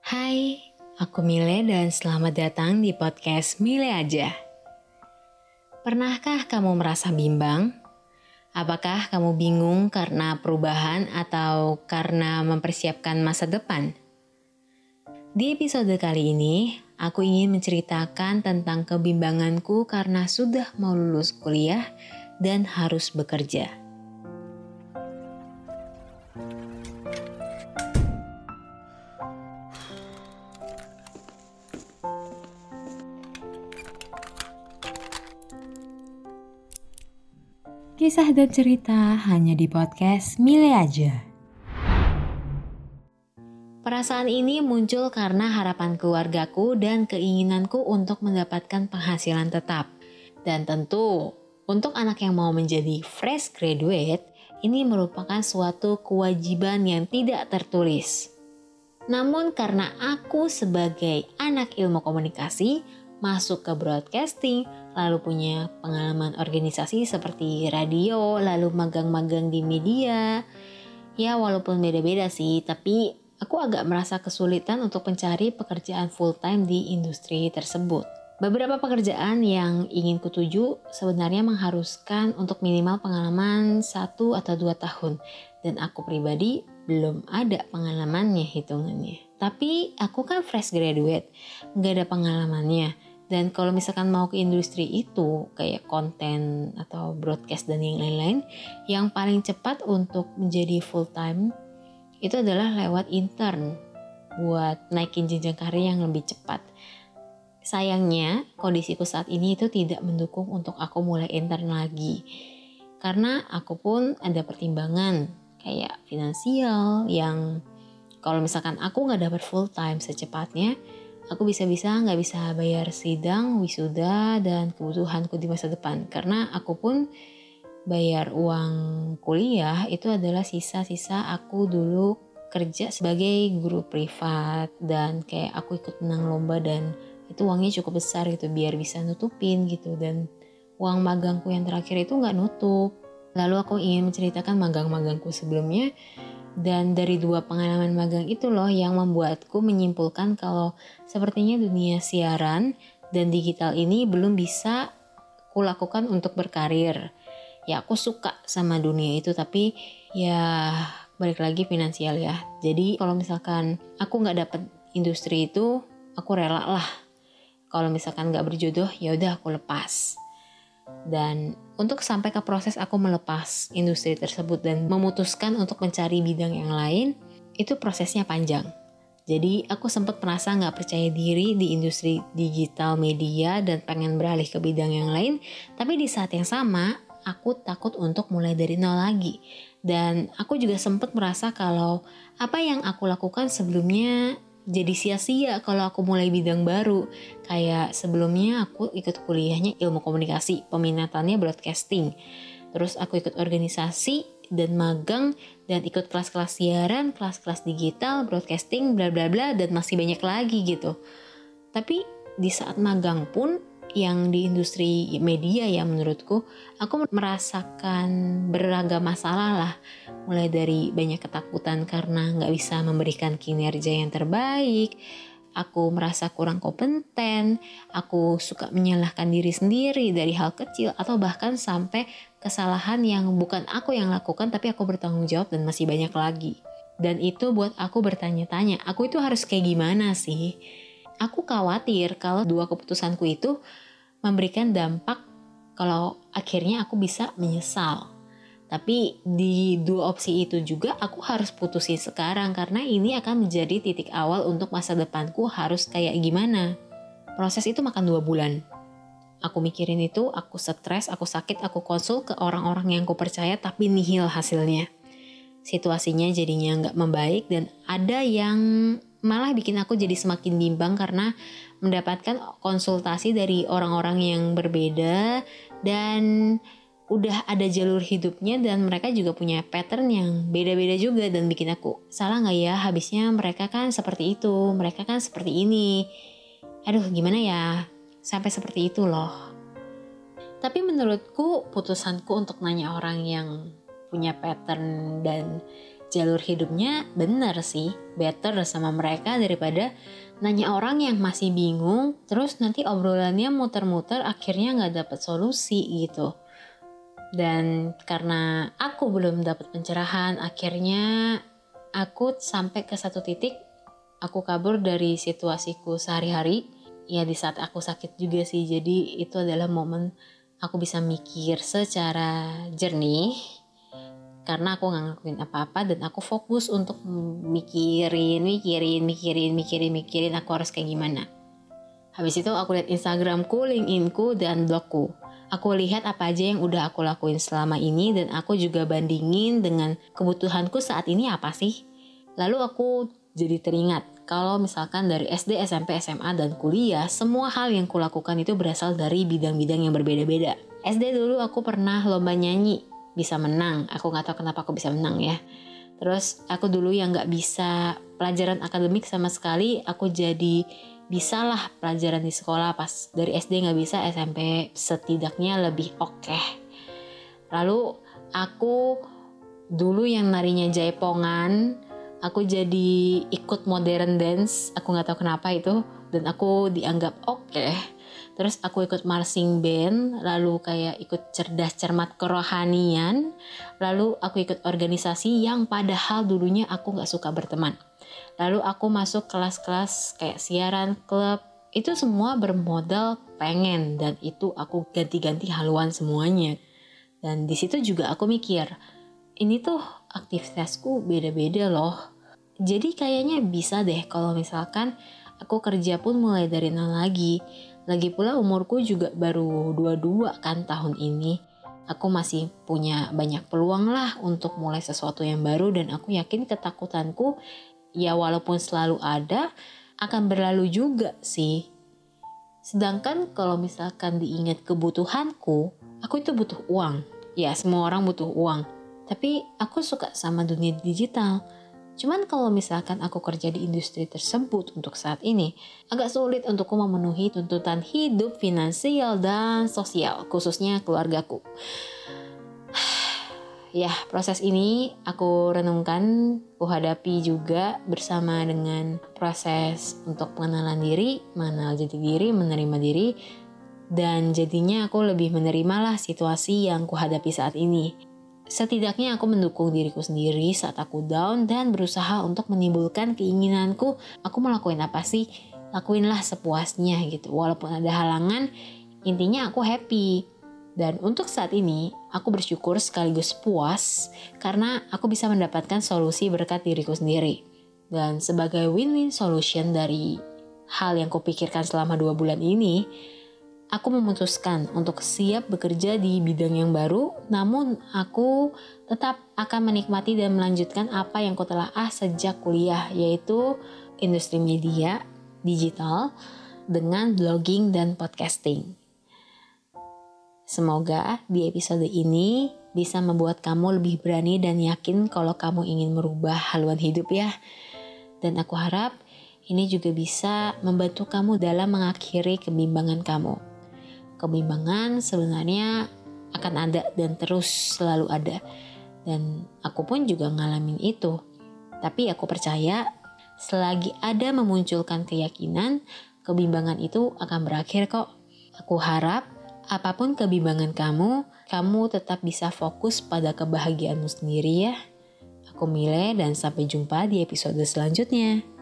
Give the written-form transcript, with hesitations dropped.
Hai, aku Mile dan selamat datang di podcast Mile Aja. Pernahkah kamu merasa bimbang? Apakah kamu bingung karena perubahan atau karena mempersiapkan masa depan? Di episode kali ini, aku ingin menceritakan tentang kebimbanganku karena sudah mau lulus kuliah dan harus bekerja. Kisah dan cerita hanya di podcast Mile Aja. Perasaan ini muncul karena harapan keluargaku dan keinginanku untuk mendapatkan penghasilan tetap. Dan tentu, untuk anak yang mau menjadi fresh graduate, ini merupakan suatu kewajiban yang tidak tertulis. Namun karena aku sebagai anak ilmu komunikasi, masuk ke broadcasting, lalu punya pengalaman organisasi seperti radio, lalu magang-magang di media. Ya walaupun beda-beda sih, tapi aku agak merasa kesulitan untuk mencari pekerjaan full time di industri tersebut. Beberapa pekerjaan yang ingin kutuju sebenarnya mengharuskan untuk minimal pengalaman 1 atau 2 tahun. Dan aku pribadi belum ada pengalamannya hitungannya. Tapi aku kan fresh graduate, gak ada pengalamannya. Dan kalau misalkan mau ke industri itu, kayak konten atau broadcast dan yang lain-lain, yang paling cepat untuk menjadi full time itu adalah lewat intern buat naikin jenjang karir yang lebih cepat. Sayangnya, kondisiku saat ini itu tidak mendukung untuk aku mulai intern lagi. Karena aku pun ada pertimbangan kayak finansial yang kalau misalkan aku gak dapat full time secepatnya, aku bisa-bisa gak bisa bayar sidang, wisuda, dan kebutuhanku di masa depan. Karena aku pun bayar uang kuliah itu adalah sisa-sisa aku dulu kerja sebagai guru privat. Dan kayak aku ikut menang lomba dan itu uangnya cukup besar gitu biar bisa nutupin gitu. Dan uang magangku yang terakhir itu gak nutup. Lalu aku ingin menceritakan magang-magangku sebelumnya. Dan dari 2 pengalaman magang itu loh yang membuatku menyimpulkan kalau sepertinya dunia siaran dan digital ini belum bisa kulakukan untuk berkarir. Ya aku suka sama dunia itu tapi ya balik lagi finansial ya. Jadi kalau misalkan aku gak dapet industri itu, aku rela lah. Kalau misalkan gak berjodoh ya udah aku lepas. Dan untuk sampai ke proses aku melepas industri tersebut dan memutuskan untuk mencari bidang yang lain, itu prosesnya panjang. Jadi aku sempat merasa gak percaya diri di industri digital media dan pengen beralih ke bidang yang lain. Tapi di saat yang sama, aku takut untuk mulai dari nol lagi. Dan aku juga sempat merasa kalau apa yang aku lakukan sebelumnya jadi sia-sia kalau aku mulai bidang baru. Kayak sebelumnya aku ikut kuliahnya ilmu komunikasi, peminatannya broadcasting. Terus aku ikut organisasi dan magang dan ikut kelas-kelas siaran, kelas-kelas digital, broadcasting, bla bla bla dan masih banyak lagi gitu. Tapi di saat magang pun yang di industri media ya menurutku, aku merasakan beragam masalah lah. Mulai dari banyak ketakutan karena gak bisa memberikan kinerja yang terbaik, aku merasa kurang kompeten, aku suka menyalahkan diri sendiri dari hal kecil atau bahkan sampai kesalahan yang bukan aku yang lakukan tapi aku bertanggung jawab dan masih banyak lagi. Dan itu buat aku bertanya-tanya, aku itu harus kayak gimana sih? Aku khawatir kalau 2 keputusanku itu memberikan dampak kalau akhirnya aku bisa menyesal. Tapi di 2 opsi itu juga aku harus putusin sekarang karena ini akan menjadi titik awal untuk masa depanku harus kayak gimana. Proses itu makan 2 bulan. Aku mikirin itu, aku stres, aku sakit, aku konsul ke orang-orang yang aku percaya tapi nihil hasilnya. Situasinya jadinya gak membaik dan ada yang malah bikin aku jadi semakin bimbang karena mendapatkan konsultasi dari orang-orang yang berbeda dan udah ada jalur hidupnya dan mereka juga punya pattern yang beda-beda juga dan bikin aku salah gak ya, habisnya mereka kan seperti itu, mereka kan seperti ini. Aduh gimana ya, sampai seperti itu loh. Tapi menurutku putusanku untuk nanya orang yang punya pattern dan jalur hidupnya bener sih, better sama mereka daripada nanya orang yang masih bingung, terus nanti obrolannya muter-muter akhirnya nggak dapet solusi gitu. Dan karena aku belum dapat pencerahan, akhirnya aku sampai ke satu titik, aku kabur dari situasiku sehari-hari. Ya di saat aku sakit juga sih, jadi itu adalah momen aku bisa mikir secara jernih. Karena aku gak ngelakuin apa-apa dan aku fokus untuk mikirin aku harus kayak gimana. Habis itu aku lihat Instagramku, LinkedInku, dan blogku. Aku lihat apa aja yang udah aku lakuin selama ini dan aku juga bandingin dengan kebutuhanku saat ini apa sih. Lalu aku jadi teringat kalau misalkan dari SD, SMP, SMA, dan kuliah, semua hal yang kulakukan itu berasal dari bidang-bidang yang berbeda-beda. SD dulu aku pernah lomba nyanyi, bisa menang. Aku gak tahu kenapa aku bisa menang ya. Terus aku dulu yang gak bisa pelajaran akademik sama sekali, aku jadi bisalah pelajaran di sekolah. Pas dari SD gak bisa, SMP setidaknya lebih oke. Lalu aku dulu yang narinya jaipongan, aku jadi ikut modern dance, aku gak tahu kenapa itu, dan aku dianggap oke. Terus aku ikut marching band, lalu kayak ikut cerdas cermat kerohanian, lalu aku ikut organisasi yang padahal dulunya aku gak suka berteman. Lalu aku masuk kelas-kelas kayak siaran, klub, itu semua bermodal pengen, dan itu aku ganti-ganti haluan semuanya. Dan di situ juga aku mikir, ini tuh aktivitasku beda-beda loh. Jadi kayaknya bisa deh kalau misalkan aku kerja pun mulai dari nol lagi. Lagi pula umurku juga baru 22 kan tahun ini. Aku masih punya banyak peluang lah untuk mulai sesuatu yang baru dan aku yakin ketakutanku ya walaupun selalu ada akan berlalu juga sih. Sedangkan kalau misalkan diingat kebutuhanku, aku itu butuh uang. Ya semua orang butuh uang. Tapi aku suka sama dunia digital. Cuman kalau misalkan aku kerja di industri tersebut untuk saat ini, agak sulit untukku memenuhi tuntutan hidup, finansial, dan sosial, khususnya keluargaku. Ya, proses ini aku renungkan, aku hadapi juga bersama dengan proses untuk pengenalan diri, mengenal jati diri, menerima diri, dan jadinya aku lebih menerimalah situasi yang kuhadapi saat ini. Setidaknya aku mendukung diriku sendiri saat aku down dan berusaha untuk menimbulkan keinginanku, aku mau lakuin apa sih? Lakuinlah sepuasnya gitu. Walaupun ada halangan, intinya aku happy. Dan untuk saat ini, aku bersyukur sekaligus puas karena aku bisa mendapatkan solusi berkat diriku sendiri. Dan sebagai win-win solution dari hal yang kupikirkan selama 2 bulan ini, aku memutuskan untuk siap bekerja di bidang yang baru, namun aku tetap akan menikmati dan melanjutkan apa yang kutelaah sejak kuliah, yaitu industri media, digital, dengan blogging dan podcasting. Semoga di episode ini bisa membuat kamu lebih berani dan yakin kalau kamu ingin merubah haluan hidup ya. Dan aku harap ini juga bisa membantu kamu dalam mengakhiri kebimbangan kamu. Kebimbangan sebenarnya akan ada dan terus selalu ada. Dan aku pun juga ngalamin itu. Tapi aku percaya selagi ada memunculkan keyakinan, kebimbangan itu akan berakhir kok. Aku harap apapun kebimbangan kamu tetap bisa fokus pada kebahagiaanmu sendiri ya. Aku Mile dan sampai jumpa di episode selanjutnya.